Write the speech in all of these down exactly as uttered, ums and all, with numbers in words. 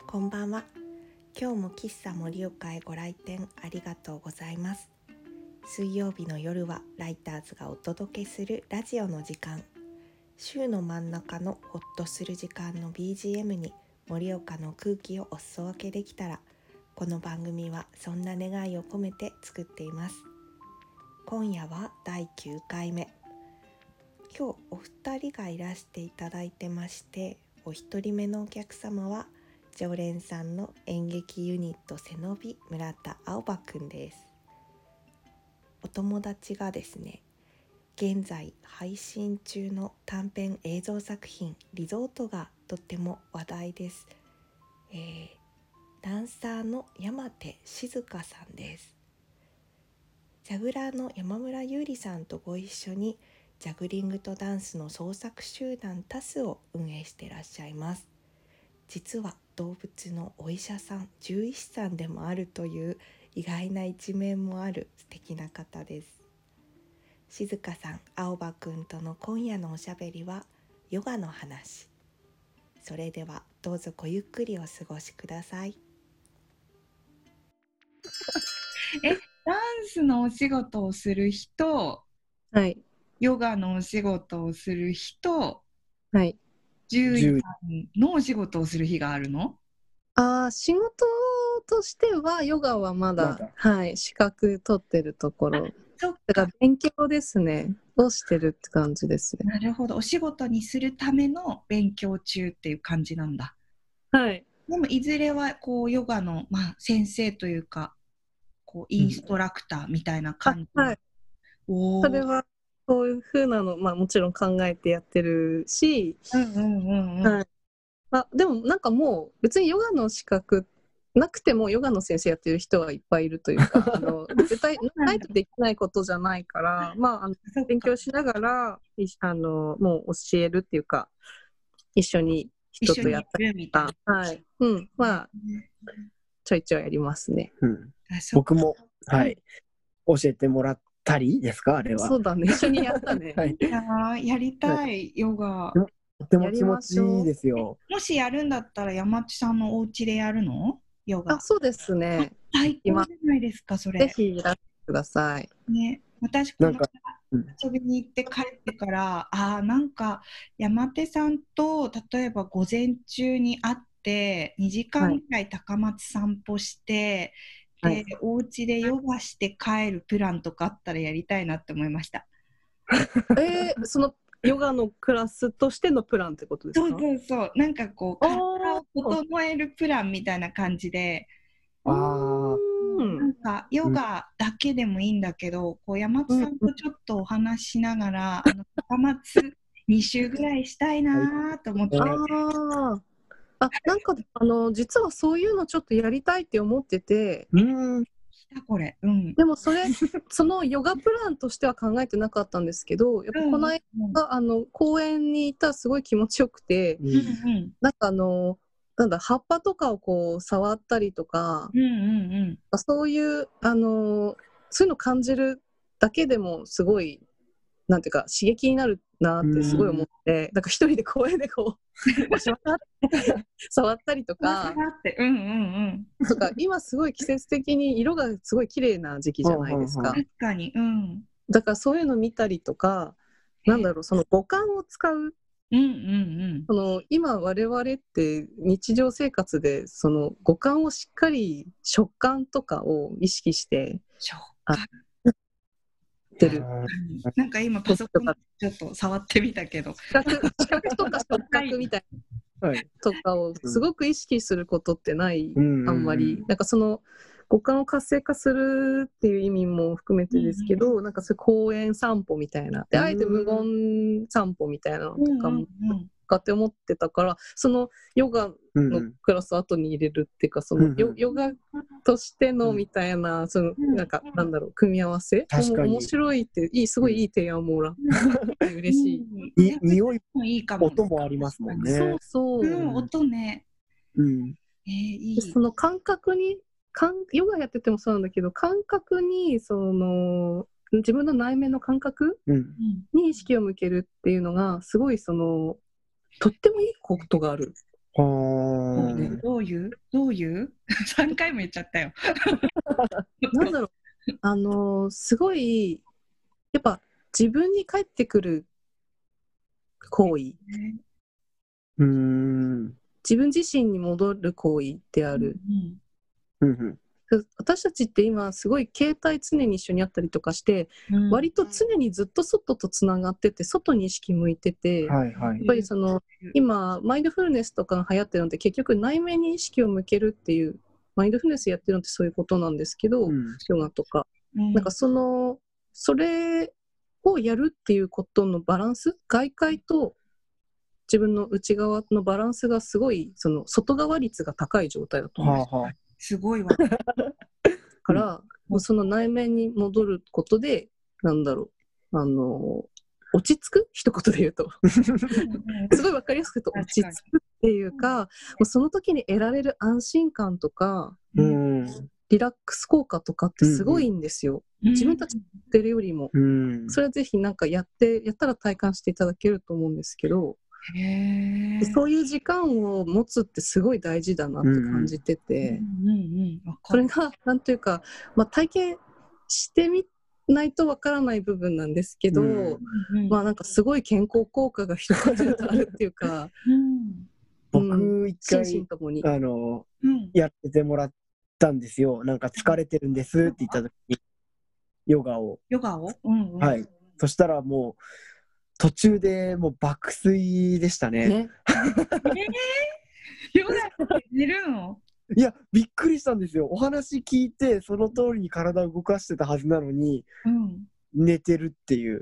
こんばんは。今日も喫茶盛岡へご来店ありがとうございます。水曜日の夜はライターズがお届けするラジオの時間。週の真ん中のホッとする時間の ビージーエム に盛岡の空気をお裾分けできたら、この番組はそんな願いを込めて作っています。今夜はだいきゅうかいめ。今日お二人がいらしていただいてまして、お一人目のお客様は常連さんの演劇ユニット背伸び村田青葉くんです。お友達がですね、現在配信中の短編映像作品リゾートがとっても話題です。えー、ダンサーの山手静香さんです。ジャグラーの山村優里さんとご一緒にジャグリングとダンスの創作集団タスを運営していらっしゃいます。実は動物のお医者さん、獣医師さんでもあるという意外な一面もある素敵な方です。静香さん、青葉くんとの今夜のおしゃべりはヨガの話。それではどうぞごゆっくりお過ごしください。 え、ダンスのお仕事をする人、 はい、 ヨガのお仕事をする人、 はい。 獣医さんのお仕事をする日があるの？ ああ、仕事としてはヨガはまだ、 まだはい、資格取ってるところ。 そっだからか、 勉強ですね。をしてるって感じですね。 なるほど。お仕事にするための勉強中っていう感じなんだ。 はい。 でもいずれはこうヨガの、まあ、先生というかこうインストラクターみたいなあ、 感じ。 はい。 おー、 それはそういう風なの、まあもちろん考えてやってるし、 うんうんうんうん。 はい。あ、でもなんかもう別にヨガの資格なくてもヨガの先生やってる人はいっぱいいるというか、あの絶対ないとできないことじゃないから、まあ、あのそっか勉強しながらいあのもう教えるっていうか、一緒に人とやったり一緒にやるみたいとな。 か、はい、うん、まあちょいちょいやりますね。 うん、 あ、そっか。 僕も、はい、教えてもらったりですか、あれは。 そうだね、一緒にやったね。 はい、 あーやりたい、ヨガ。 とても気持ちいいですよ。 もしやるんだったら山地さんのお家でやるの？ヨガ。 あ、そうですね。 最高じゃないですか、それ。 ぜひいらしてください。 ね、私このなんか、うん遊びに行って帰ってから、あーなんか山手さんと例えば午前中に会ってにじかんぐらい高松散歩して、 はいでお家でヨガして帰るプランとかあったらやりたいなって思いました。 えー、そのヨガのクラスとしてのプランってことですか？ そうそうそう、なんかこうあー体を整えるプランみたいな感じで、 あうなんんかヨガだけでもいいんだけど、こう山津さんとちょっとお話ししながら、あの高松に週ぐらいしたいなと思って、 あーあ、なんかあの実はそういうのちょっとやりたいって思ってて、 ー、うん、 来たこれ、うん。 でもそれそのヨガプランとしては考えてなかったんですけど、やっぱこの間、 うんあの公園に行ったらすごい気持ちよくて、 うんうんなんかあのなんだ葉っぱとかをこう触ったりとか、 うんうんうんそういうあのそういうの感じるだけでもすごいなんていうか刺激になるなってすごい思って、なんか一人で公園でこうわしわしわって触ったりとかってうんうんうんとか、今すごい季節的に色がすごい綺麗な時期じゃないですか。 うんうんうん確かに、うんだからそういうの見たりとか、なんだろう、その五感を使う、 うんうんその今我々って日常生活でその五感をしっかり食感とかを意識してそうあか。 ってる。 なんか今パソコンちょっと触ってみたけど、 視覚視覚とか触覚みたいはい、 なとかをすごく意識することってない、 うんあんまり。なんかその五感を活性化するっていう意味も含めてですけど、なんかそういう公園散歩みたいな。で、あえて無言散歩みたいなのとかもかって思ってたから、そのヨガのクラス後に入れるっていうか、そのヨヨガとしてのみたいな、そのなんかなんだろう、組み合わせ確かに面白いって、いい、すごいいい提案もらって嬉しい。 に匂いもいいかも。 音もありますもんね。 そうそう。 うん、音ね。 うん、 えー、いい。 その感覚に感ヨガやっててもそうなんだけど、感覚にその自分の内面の感覚うん、 に意識を向けるっていうのがすごいそのとってもいいことがある。 はねどういうどういうさんかいも言っちゃったよ。 なんだろう、あのーすごい、やっぱ自分に返ってくる行為、 うーん。 自分自身に戻る行為である。 うんうんうん私たちって今すごい携帯常に一緒にあったりとかして、 うん割と常にずっと外とつながってて、外に意識向いてて、やっはいはい。 ぱりその今マインドフルネスとかが流行ってるのって結局内面に意識を向けるっていう、マインドフルネスやってるのってそういうことなんですけど、 うんヨガとかうんなんかそのそれをやるっていうことのバランス、外界と自分の内側のバランスがすごい、その外側率が高い状態だと思うんですはあはあ。 すごいわ。 から、もうその内面に戻ることで、なんだろう、あの落ち着く、一言で言うとすごい分かりやすく言うと確かに落ち着くっていうか、もうその時に得られる安心感とかうん。 リラックス効果とかってすごいんですよ、自分たちがやってるよりも。 うん。 それはぜひなんかやってやったら体感していただけると思うんですけど、 へーそういう時間を持つってすごい大事だなって感じてて、 うんうんうんわかるそれがなんていうか、まあ、体験してみないとわからない部分なんですけど、 うんうんまあなんかすごい健康効果が一言で言うとあるっていうかうん僕一心回身ともに。 あのうんやっててもらったんですよ。なんか疲れてるんですって言った時にヨガを。 ヨガを、うんうんはい。そしたらもう途中でもう爆睡でしたね。 ね、 ヨガって寝るの？ いやびっくりしたんですよ。お話聞いてその通りに体を動かしてたはずなのにうん寝てるっていう。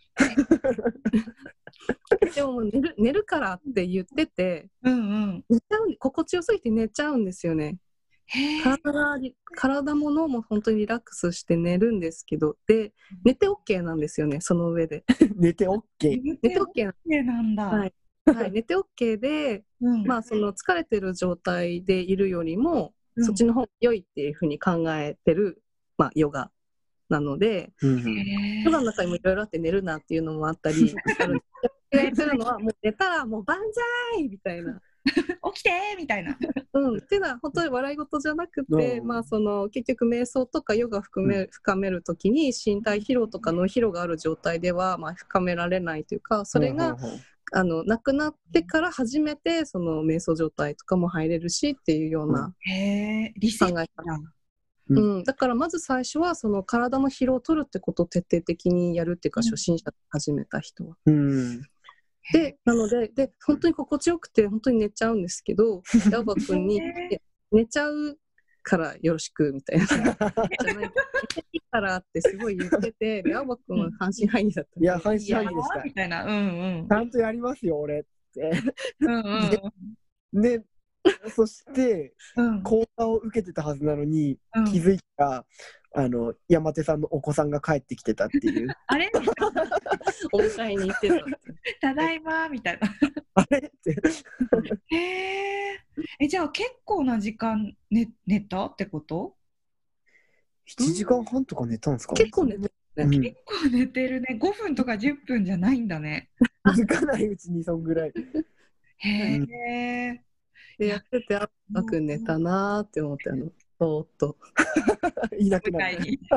でももう寝る寝るからって言っててうんうん寝ちゃう、心地よすぎて寝ちゃうんですよね。 へー体が体も脳も本当にリラックスして寝るんですけど、で寝て OK なんですよね、その上で。 寝て OK。 寝寝て OK なんてなんだ。 はいはい、寝て OK で、 うんまあ、その疲れてる状態でいるよりも、 うんそっちの方が良いっていうふうに考えてる、まあ、ヨガなので、 うんへーヨガの中にもいろいろあって寝るなっていうのもあったりあるんですけど、やってるのはもう寝たらもう万歳みたいな。 起きてーみたいな。 うん、っていうのは本当に笑い事じゃなくて、 うんまあ、その結局瞑想とかヨガ含め、深めるときに身体疲労とか脳疲労がある状態では、まあ、深められないというか、それが、 ほうほうほうあのなくなってから初めてその瞑想状態とかも入れるしっていうようなへえ、リセットだ。 うんうん、だからまず最初はその体の疲労を取るってことを徹底的にやるっていうか、 うん初心者で始めた人は。 うんでなのでで本当に心地よくて本当に寝ちゃうんですけど、ヤバ君にへーいや寝ちゃうからよろしくみたいなじゃない寝ていいからってすごい言ってて、ヤバ君は半信半疑だったんで、 いや半いや信半疑でした。 ーみたいな。うんうんちゃんとやりますよ俺って。 うんうんでそしてうん講座を受けてたはずなのに、 うん気づいたらあの山手さんのお子さんが帰ってきてたっていうあれお迎えに行ってたって。 ただいまみたいな。 あれってへえ。え、じゃあ結構な時間寝寝たってこと？ いちじかんはんとか寝たんですか？ 結構寝てるね、 うん、 結構寝てるね。ごふんとかじゅっぷんじゃないんだね。 気づかないうちにそんぐらい。 へえ。 でやってて、ああくん寝たなーって思って、あのそーっといなくなる。 舞台に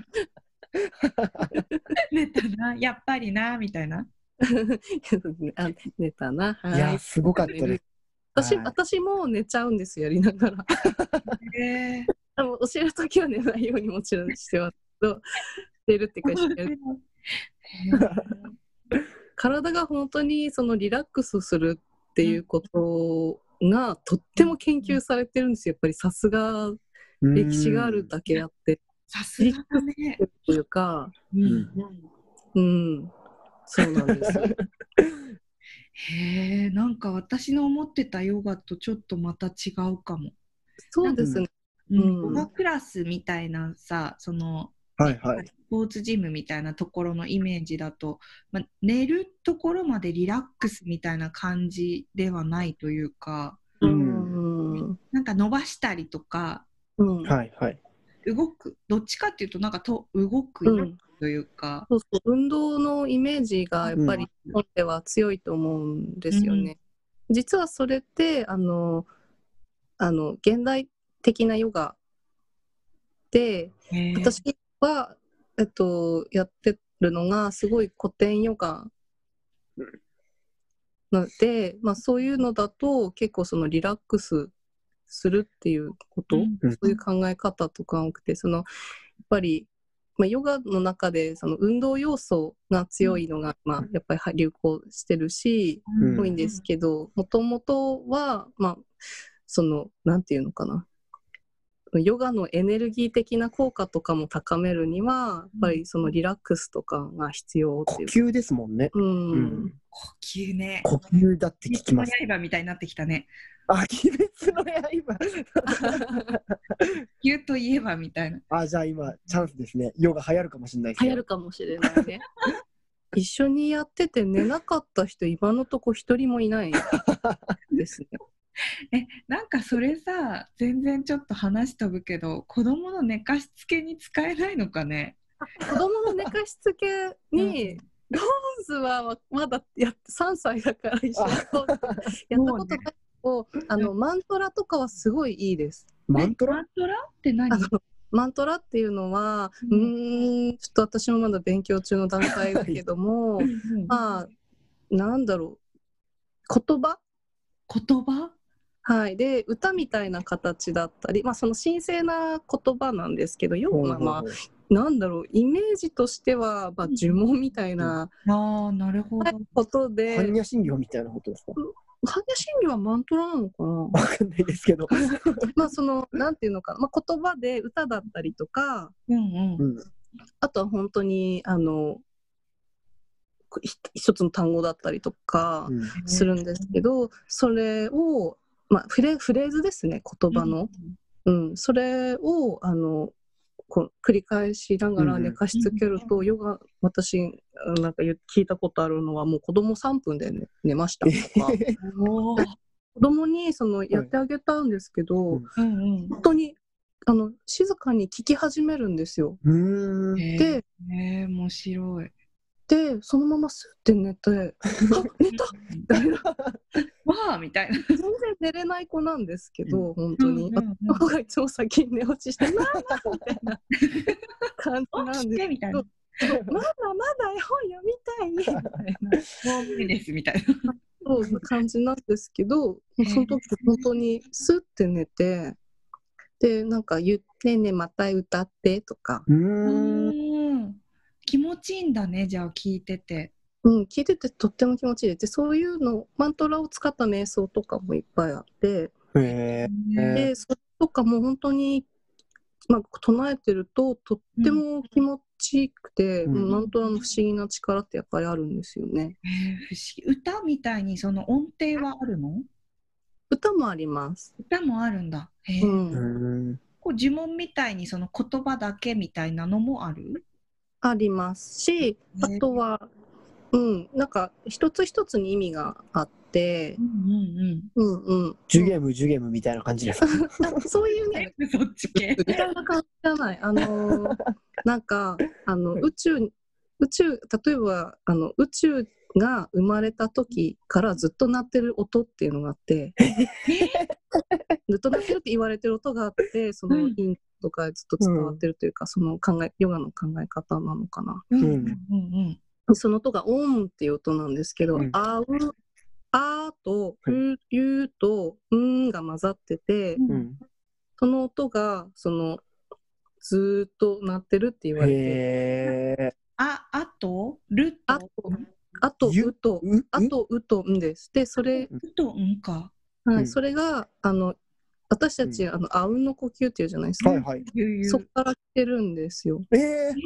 寝たな、やっぱりなみたいな。 あ寝たな、はいやすごかったです。 私はい私も寝ちゃうんですよ、やりながら。 へえ。 あの教えるときは寝ないようにもちろんしてますけど、してるっていうかしてる体が本当にそのリラックスするっていうことがとっても研究されてるんですよ。やっぱりさすが歴史があるだけあって、 さすがだね。 というか、 うんうん、そうなんですよ。 へえ、なんか私の思ってたヨガとちょっとまた違うかも。 そうですね。 うんうんヨガクラスみたいなさ、そのはいはい。 スポーツジムみたいなところのイメージだと、ま、寝るところまでリラックスみたいな感じではないというか、 ううんん、 なんか伸ばしたりとかうん、 はいはい。 動く、どっちかっていうとなんかと動くうんというか、 そうそう、運動のイメージがやっぱり日本では強いと思うんですよね。 実はそれってあのあの現代的なヨガで、 へー私は、えっと、やってるのがすごい古典ヨガなので、まあ、そういうのだと結構そのリラックスするっていうこと、 うんそういう考え方とか多くて、そのやっぱり、まあ、ヨガの中でその運動要素が強いのが、まあ、やっぱり流行してるし、 うん多いんですけど、もともとは、まあ、そのなんていうのかな、ヨガのエネルギー的な効果とかも高めるにはやっぱりそのリラックスとかが必要っていうか、 呼吸ですもんね。 うんうん呼吸ね。 呼吸だって聞きます。 鬼滅の刃みたいになってきたね。 あ、鬼滅の刃。 呼吸といえばみたいな。 あ、じゃあ今チャンスですね。ヨガ流行るかもしれないですよ。 流行るかもしれないね。一緒にやってて寝なかった人今のとこ一人もいないですね。 え、なんかそれさ、全然ちょっと話飛ぶけど、子供の寝かしつけに使えないのかね。 子供の寝かしつけに、ローズはまだやっさんさいだから一緒にやったことないけど、あのマントラとかはすごいいいです。 マントラマントラって何？ あのマントラっていうのは、 ううんーんちょっと私もまだ勉強中の段階だけども、 うんうんまあなんだろう、言葉言葉？ はい、で歌みたいな形だったり、まあ、その神聖な言葉なんですけど、よまあまあなんだろう、イメージとしては、まあ、呪文みたいなああ、なるほど。 ことで、 般若心経みたいなことですか？ 般若心経はマントラなのかな。 わかんないですけど。 まあそのなんていうのかな、まあ、言葉で歌だったりとか、 うんうんうんあとは本当にあのひ一つの単語だったりとかうんするんですけど、それを、まあ、フレ、フレーズですね、言葉の、うん、それをあのこう繰り返しながら寝かしつけると、ヨガ、私なんか言聞いたことあるのは、もう子供さんぷんで、ね、寝ましたとかおー子供にそのやってあげたんですけど、 うんうんうん本当にあの静かに聞き始めるんですよ。 うーんへでえー、面白い。 でそのままスッて寝てあ寝たみたいな。 わあみたいな。 全然寝れない子なんですけど、本当に、 うんうんうんあの子がいつも先に寝落ちして「ママ!」みたいな感じなんですけど起きてみたいな。 「そうママまだ絵本読みたい」みたいなもう無理ですみたいな。 そう感じなんですけど、もうその時本当にスッて寝て、でなんか言ってね、また歌ってとか、 うーうんーん気持ちいいんだね、じゃあ聞いてて。 うん、聞いててとっても気持ちいいです。でそういうのマントラを使った瞑想とかもいっぱいあって、 へーでそれとかも本当に、まあ、唱えてるととっても気持ちいいくて、 うんもうマントラの不思議な力ってやっぱりあるんですよね。 へー不思議。歌みたいにその音程はあるの？ 歌もあります。 歌もあるんだ。へーうん、 うーんこう呪文みたいにその言葉だけみたいなのもある？ ありますし、あとは、うん、なんか一つ一つに意味があってう、んうんうんうん、 ジュゲムジュゲムみたいな感じですか？ あそういうねうん。そっち系。 みたいな感じじゃない。あのーなんかあの宇宙宇宙例えばあの宇宙が生まれた時からずっと鳴ってる音っていうのがあって、ずっと鳴ってるって言われてる音があって、そのインとかずっと伝わってるというか、その考えヨガの考え方なのかな。 うんうんうんその音がオンっていう音なんですけど、 うんあうあーとはうゆとうんが混ざってて、 うん。 うんその音がそのずーっと鳴ってるって言われて、 へーあ、あと、ると、 あとあとゆうとううあとうとんです。でそれ、 うと、んか。 はいうんそれがあの私たち、あのあうんの呼吸っていうじゃないですか。 はいはい。 ゆうゆうそこから来てるんですよ。 えーえ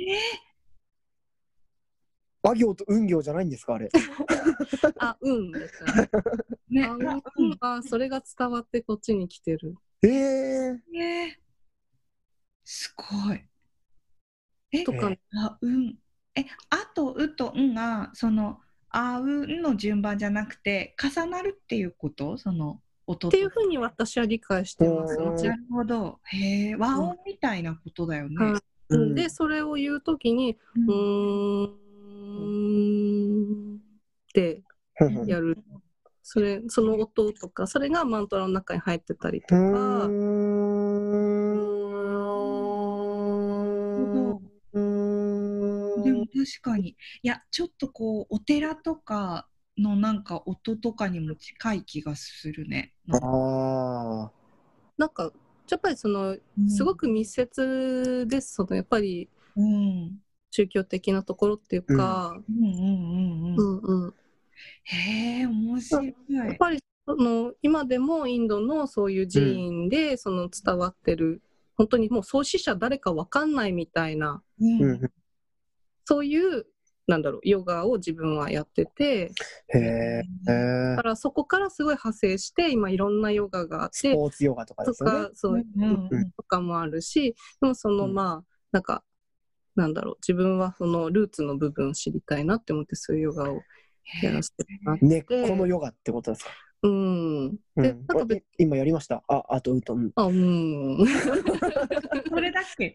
あ行と運行じゃないんですかあれ？ あうんだから。 ー、ね、 ああうんあそれが伝わってこっちに来てる。 えーね、すごい。え、 とか、 えあ、うん。え、あと、うと、んが、その、あうんの順番じゃなくて、重なるっていうことその、音と。 っていうふうに私は理解してます。 うんもちろなんるほど。へえ、和音みたいなことだよね。 はいうんでそれを言うときにううんーんってほんほんやる。 それその音とかそれがマントラの中に入ってたりとうか、 ーん。 なるほど。でも確かに、いや、ちょっとこう、お寺とかのなんか音とかにも近い気がするね。なんかああ。 なんかやっぱりそのすごく密接です。そのやっぱりうん。 宗教的なところっていうか、 うんうんうんううん。 んうん、 へえ、面白い。 やっぱりその今でもインドのそういう寺院でその伝わってる、本当にもう創始者誰か分かんないみたいな、 うんうん。 そういうなんだろうヨガを自分はやってて、 へえ。 だからそこからすごい派生して今いろんなヨガがあっスてポーツヨガとかでとすよね。 かそううんうんうんとかもあるし、でもそのうんまあなんかなんだろう自分はそのルーツの部分を知りたいなって思ってそういうヨガをやらせてもらって、 根っこのヨガってことですか。 うんうでん。 なんか別い今やりました。あ、あとうとん。 あうんそれだっけ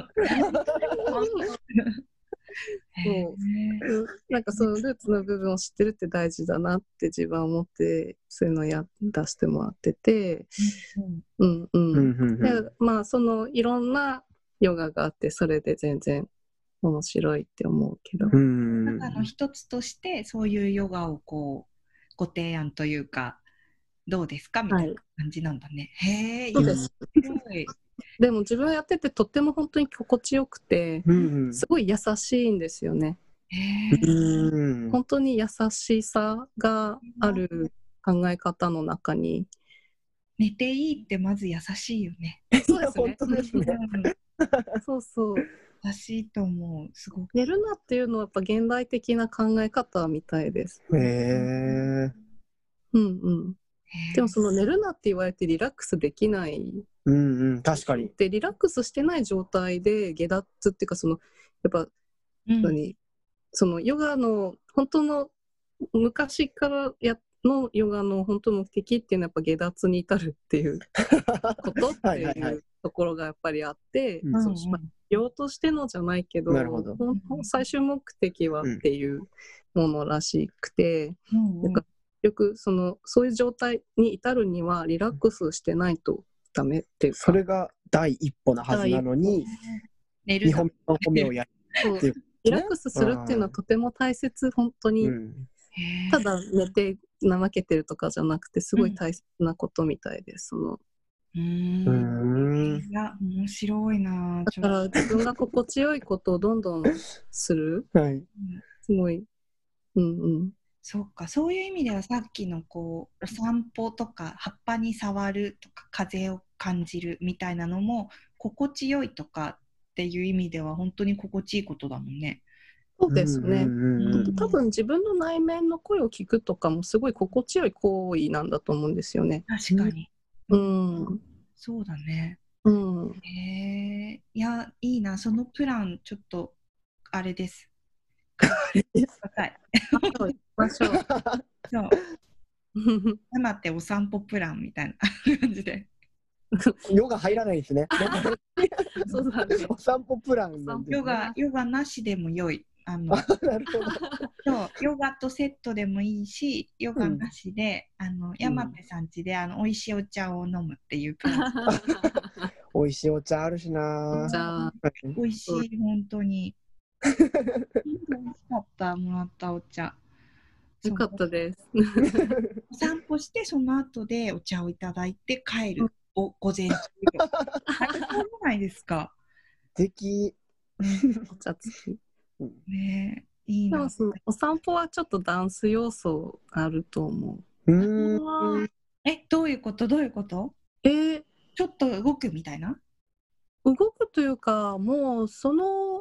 そううんなんかそのルーツの部分を知ってるって大事だなって自分は思ってそういうのをや出してもらってて、うんうん、 うんうんうんでまあそのいろんなヨガがあってそれで全然面白いって思うけど、 うん中の一つとしてそういうヨガをこうご提案というかどうですかみたいな感じなんだね。へえ、 そうです。 面白い。 でも自分やっててとっても本当に心地よくてうんすごい優しいんですよね。 へえ、 うん本当に優しさがある考え方の中に、 寝ていいってまず優しいよね。 そうですね。 本当ですね。 うん、 そうそう。 優しいと思う。すごく。 寝るなっていうのはやっぱ現代的な考え方みたいです。 へえ。 うんうん。 へえでもその寝るなって言われてリラックスできないうんうん、確かに。 でリラックスしてない状態で下脱っていうかそのやっぱうん何そのヨガの本当の昔からやのヨガの本当の目的っていうのはやっぱ下脱に至るっていうことってはいはいはいいうところがやっぱりあって、 うんそうまあ用としてのじゃないけど、 なるほどほんほん最終目的はっていうものらしくて、 うんなんかよくそのそういう状態に至るにはリラックスしてないとダメっていうか、 それが第一歩なはずなのに、 寝るな二本目、三本目をやるそうっていう。 リラックスするっていうのはとても大切、本当に、 うんへえただ寝て怠けてるとかじゃなくてすごい大切なことみたいです。そのううん。 ん。 いや、面白いな。 だから自分が心地よいことをどんどんするはい。 すごい、うんうん、 そうか、そういう意味ではさっきのこうお散歩とか葉っぱに触るとか風を感じるみたいなのも心地よいとかっていう意味では本当に心地いいことだもんね。 そうですね。 うんうんうん多分自分の内面の声を聞くとかもすごい心地よい行為なんだと思うんですよね。 確かに。 うん、 そうだね。 うん、 へえ、いや、いいな。そのプランちょっとあれです。高い。 そう行きましょう。 そう。今ってお散歩プランみたいな感じで。 ヨガ入らないですね。 そうだね。 お散歩プランなんですねヨガ、ヨガなしでも良い。あのあ、なるほど。 そうヨガとセットでもいいし、ヨガなしで、あの山手さん家であの美味しいお茶を飲むっていうプラン。 美味しいお茶あるしな。 じゃあ、 美味しい、本当に。美味しかった、もらったお茶。 よかったです。 お散歩して、その後でお茶をいただいて帰る。お午前中。最高じゃないですか。 素敵。 お茶付き。 ねえ、いいなでも。そのお散歩はちょっとダンス要素あると思うーん。 え、どういうことどういうことう。えーちょっと動くみたいな動くというかもうその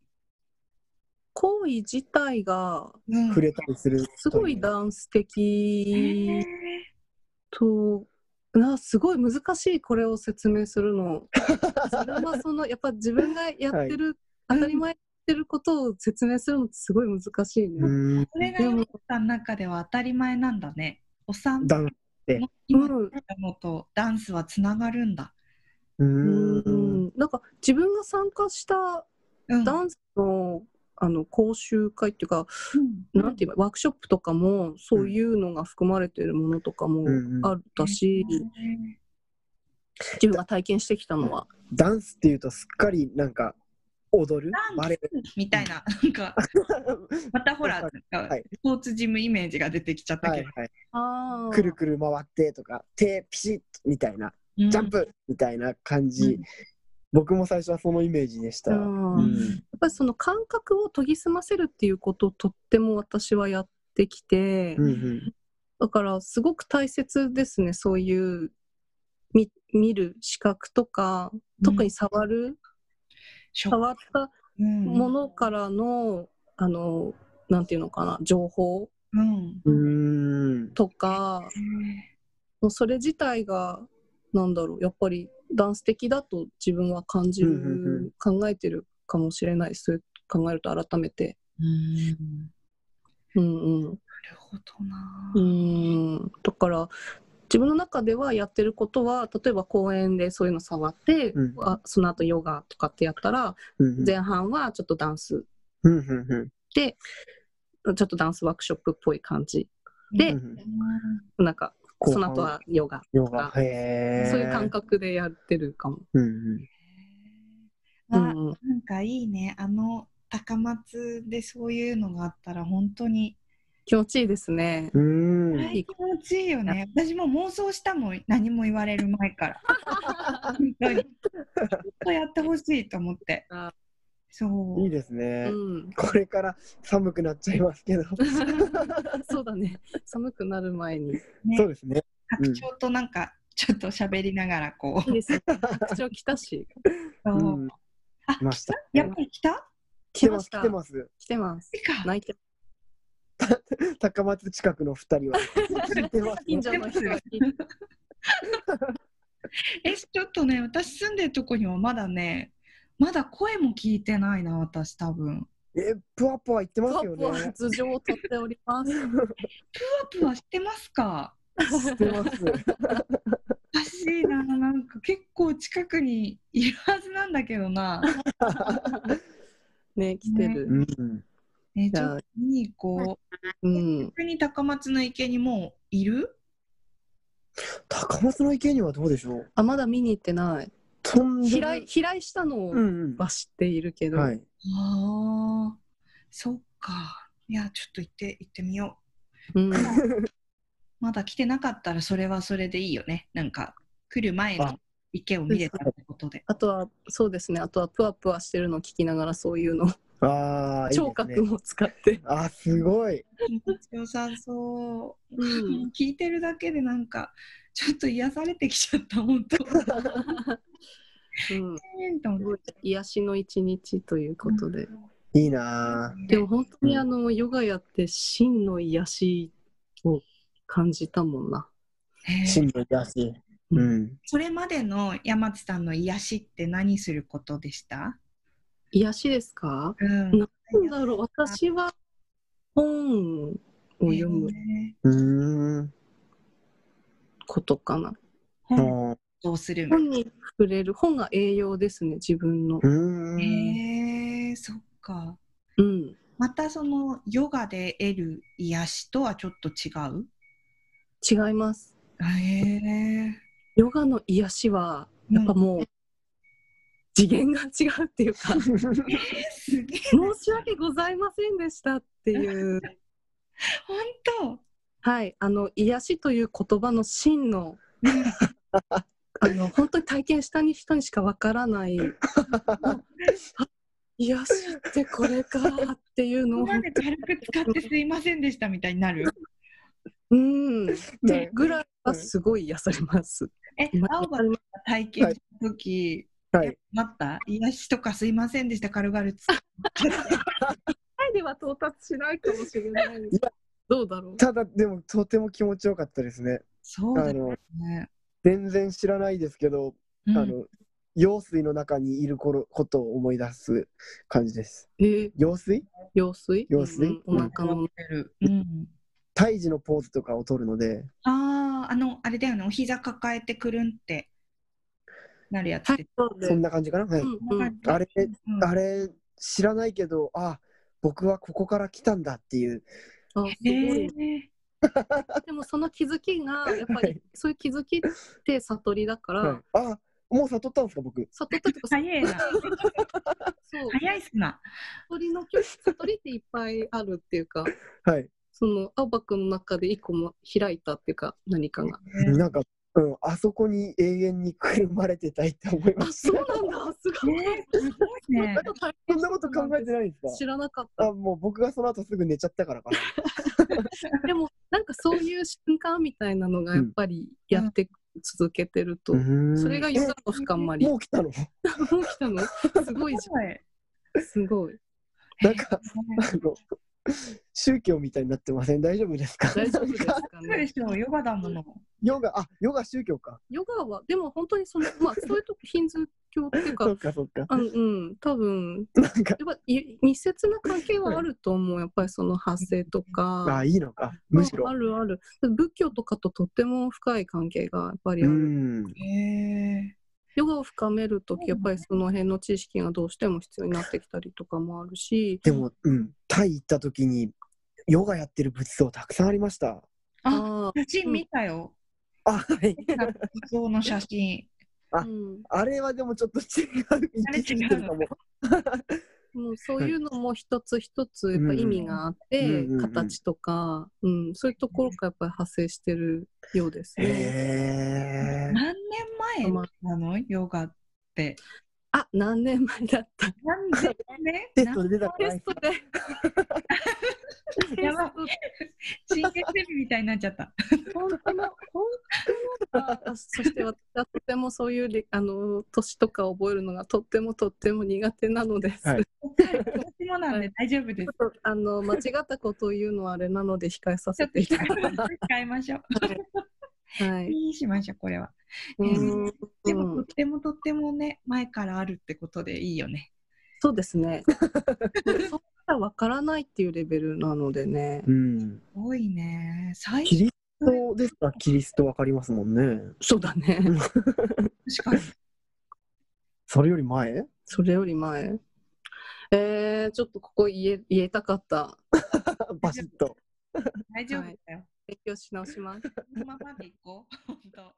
行為自体がうん触れたりする。 すごいダンスへ的ーとなすごい難しいこれを説明するの。自分はそのやっぱ自分がやってる、当たり前やってることを説明するのってすごい難しいね。 うん。 それが山本さんの中では当たり前なんだね。お散歩ダンス。 の今うん言ったのとダンスはつながるんだ。 ううんんなんか自分が参加したうんダンスのあの講習会っていうか、 うんなんて言えばワークショップとかもそういうのが含まれてるものとかもあったし、自分が体験してきたのは。 ダンスっていうとすっかりなんか踊るバレエみたいな、なんかまたほら、なんかはいスポーツジムイメージが出てきちゃったけど、 はいはい、 あくるくる回ってとか手ピシッみたいな、 うんジャンプみたいな感じ、 うん、 僕も最初はそのイメージでした。 うんうんやっぱりその感覚を研ぎ澄ませるっていうことをとっても私はやってきて、 うんうん、 だからすごく大切ですね、そういう見、見る視覚とか、特に触る、触ったものからの、あの、なんていうのかな、情報うんうんとか、もうそれ自体が、なんだろう、やっぱりダンス的だと自分は感じる、 うんうんうん、 考えてるかもしれないです。そう考えると改めて。 うんうんうん。 なるほどな。 うんだから自分の中ではやってることは、例えば公園でそういうの触って、 うん、 あその後ヨガとかってやったら、 うんうん、 前半はちょっとダンスうんうんうんで、ちょっとダンスワークショップっぽい感じで、 うんなんか後半その後はヨガヨとか、 ガ、へー、 そういう感覚でやってるかも。 うんうんあ、 うんうんなんかいいね。あの高松でそういうのがあったら本当に気持ちいいですね。 うーん気持ちいいよね。私も妄想したもん、何も言われる前から。本当に。ちょっとやってほしいと思って。 あそう。 いいですね、 うん、 これから寒くなっちゃいますけどそうだね。寒くなる前に。 ね、 そうですね、 白鳥となんかちょっと喋りながらこう。 いいですね。白鳥来たし。 そううん、 あ、 来ました、 やっぱり来た？ 来てます来ました。 来てます来てます。 いいか。 泣いて高松近くのふたりは聞いてますね近所の人が聞いてえ、ちょっとね、私住んでるとこにはまだね、まだ声も聞いてないな、私多分。 え、ぷわぷわ言ってますよふわふわね。 頭上を取っております。 ぷわぷわしてますか？ してます。 おかしいな、なんか結構近くにいるはずなんだけどな。 ね、来てる。 うん、 ね、 じゃあちょっと見に行こう。 うん。 逆に高松の池にもういる？ 高松の池にはどうでしょう。 あ、まだ見に行ってない。 飛んでる飛来、飛来したのうんは知っているけど。 うん、はい。 ああ、そっか。いや、ちょっと行って行ってみようん。 う。まだ来てなかったらそれはそれでいいよね。なんか来る前の池を見れたってことで。 あとは、そうですね。あとは、ぷわぷわしてるのを聞きながら、そういうの、 ああ、いい聴ですね。 覚も使って。 あ、すごい。 気持ちよさそう。 うん聞いてるだけでなんかちょっと癒されてきちゃった本当。 うん。 えーと思って癒しの一日ということで。 いいなでも本当にあの、ヨガやって真の癒しを感じたもんな。 へー真の癒し。うん。 それまでの山津さんの癒しって何することでした？ 癒しですか？ うん。 なんだろう、私は本を読むへうーん。 ことかな。 ー本あーどうする？ 本に触れる、本が栄養ですね、自分の。 うーん。 へえ、そっか。 うん。 またそのヨガで得る癒しとはちょっと違う？ 違います。 へえ。 ヨガの癒しは、やっぱもう、次元が違うっていうか、申すげえ。 し訳ございませんでしたっていう、 本当。 はい、あの、癒しという言葉の真の、あの、本当に体験した人にしかわからない、癒しってこれかっていうのを、 ここまで軽く使ってすいませんでしたみたいになる。 うん、 ねぐらいはすごい癒されます。 え、 今青葉が体験した時、 はい。 あった癒しとかすいませんでした軽々使って。 はいでは到達しないかもしれないいやどうだろう。 ただ、でも、とても気持ちよかったですね。 そうだよあの、 ね。 全然知らないですけど、 うんあの、用水の中にいる頃ことを思い出す感じです。 えー、 用水羊水羊水うんうん、お腹の、 うん、 胎児のポーズとかを取るので、 ああ、あの、あれだよね、お膝抱えてくるんってなるやつで。 はい、そうですそんな感じかな。はい。 うんうんあれ、 うんあれ、知らないけど、あ、 僕はここから来たんだっていう。 あ、すへごい。 え。 でもその気づきがやっぱり、 はいそういう気づきって悟りだから、 はい、あ、もう悟ったんですか僕。 悟ったとか早いな。 そう早いっすな。 悟りの境悟りっていっぱいあるっていうか、 はい。 その青葉くんの中で一個も開いたっていうか何かが。 なんか、うん、あそこに永遠にくるまれてたいって思いまあ、 す。 そうなんだ。すごい。 えー、すごいね。 そんなこと考えてないんですか？ 知らなかった。 あ、もう僕がその後すぐ寝ちゃったからかな。 でもなんかそういう瞬間みたいなのがやっぱりやって続けてると、 うーんそれがヨガの深まり。 もう来たの？ もう来たの？すごいじゃん。すごい。 なんか、あの、宗教みたいになってません？大丈夫ですか？ 大丈夫ですかそうでね。 しょう、ヨガだもの。 ヨガ、あ、ヨガ宗教か。 ヨガはでも本当にそのまあそういうとヒンズー教っていうそか、 っかそっか。 あのうん多分なんか、 やっぱい密接な関係はあると思う。やっぱりその発声とか。 あ、いいのか。むしろ。 あるある。仏教とかととっても深い関係がやっぱりうある。 ん。 へえ。 ヨガを深めるとき、やっぱりその辺の知識がどうしても必要になってきたりとかもあるし。 でも、うん、タイ行った時に、ヨガやってる仏像たくさんありました。 あ、 あ写真見たよ。 あ、はい。 仏像の写真。 あ、 あうん、 あれはでもちょっと違う。行き過ぎてるかも。 もうそういうのも一つ一つやっぱ意味があって、 うんうんうん形とか、うん、そういうところからやっぱり発生してるようですね。 へー。 何年前なのヨガって。 あ、何年前だった？ 何年目テストで出たからテストで。 やばい。真剣ゼミみたいになっちゃった。 本当の、本当の、あ、そして私はとてもそういうりあの年とか覚えるのがとってもとっても苦手なのです。 はい私もなんで大丈夫です。 あの間違ったことを言うのはあれなので控えさせていただきます。 使いましょう。 はい。 いいしましょう、これは。 うんでも、とってもとってもね、前からあるってことでいいよね。 そうですね。そうしたらわからないっていうレベルなのでね。 うん。 すごいね。最初キリストですか？キリストわかりますもんね。 そうだね。 確かに。 それより前？ それより前。えー、ちょっとここ言え言えたかった。 バシッと。 大丈夫だよ。 勉強し直します。 このままでいこう。本当。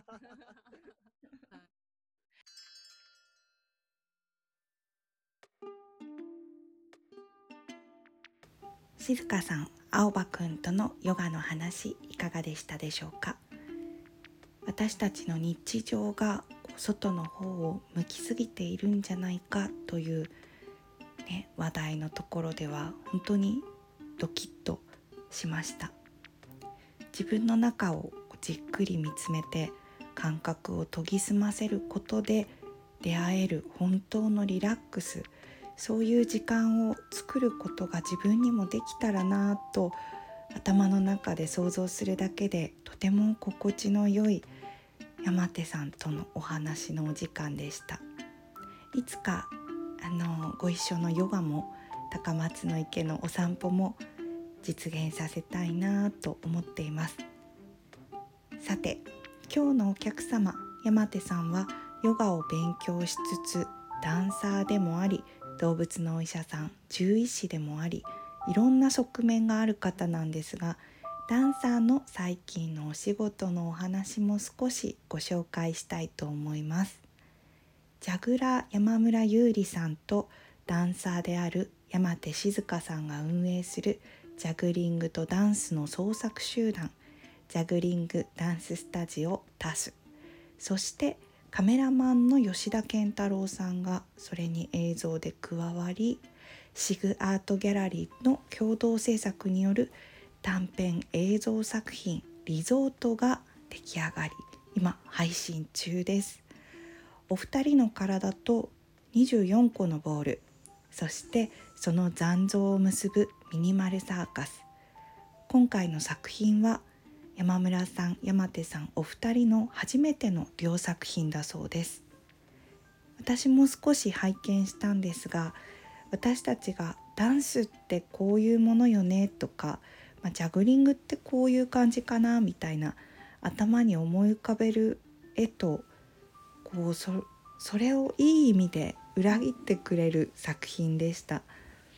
静香さん、青葉くんとのヨガの話いかがでしたでしょうか？私たちの日常が外の方を向きすぎているんじゃないかという、ね、話題のところでは本当にドキッとしました。自分の中をじっくり見つめて感覚を研ぎ澄ませることで出会える本当のリラックス、そういう時間を作ることが自分にもできたらなと頭の中で想像するだけでとても心地の良い山手さんとのお話のお時間でした。いつかあのご一緒のヨガも高松の池のお散歩も実現させたいなと思っています。さて、今日のお客様山手さんはヨガを勉強しつつダンサーでもあり、動物のお医者さん、獣医師でもあり、いろんな側面がある方なんですが、ダンサーの最近のお仕事のお話も少しご紹介したいと思います。ジャグラー山村優里さんとダンサーである山手静香さんが運営するジャグリングとダンスの創作集団、ジャグリングダンススタジオタス、そしてカメラマンの吉田健太郎さんがそれに映像で加わり、シグアートギャラリーの共同制作による短編映像作品リゾートが出来上がり、今配信中です。お二人の体とにじゅうよんこのボール、そしてその残像を結ぶミニマルサーカス。今回の作品は山村さん、山手さんお二人の初めての両作品だそうです。私も少し拝見したんですが、私たちがダンスってこういうものよねとか、まあ、ジャグリングってこういう感じかなみたいな頭に思い浮かべる絵とこう そ, それをいい意味で裏切ってくれる作品でした。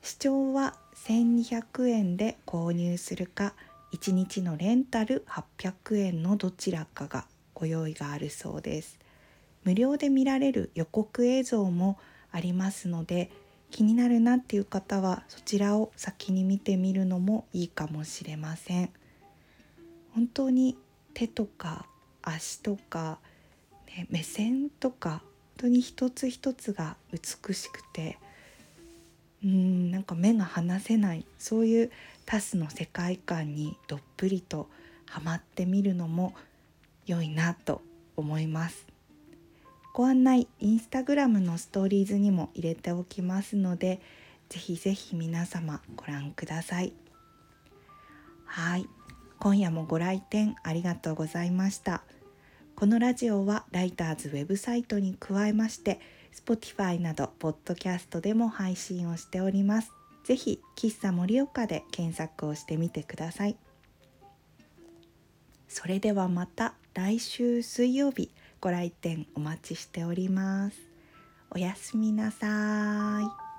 視聴はせんにひゃくえんで購入するか、いちにちのレンタルはっぴゃくえんのどちらかがご用意があるそうです。無料で見られる予告映像もありますので、気になるなっていう方はそちらを先に見てみるのもいいかもしれません。本当に手とか足とか、ね、目線とか本当に一つ一つが美しくて、うーんなんか目が離せない、そういうタスの世界観にどっぷりとハマってみるのも良いなと思います。ご案内インスタグラムのストーリーズにも入れておきますので、ぜひぜひ皆様ご覧ください。はい、今夜もご来店ありがとうございました。このラジオはライターズウェブサイトに加えまして Spotify などポッドキャストでも配信をしております。ぜひ喫茶盛岡で検索をしてみてください。それではまた来週水曜日ご来店お待ちしております。おやすみなさい。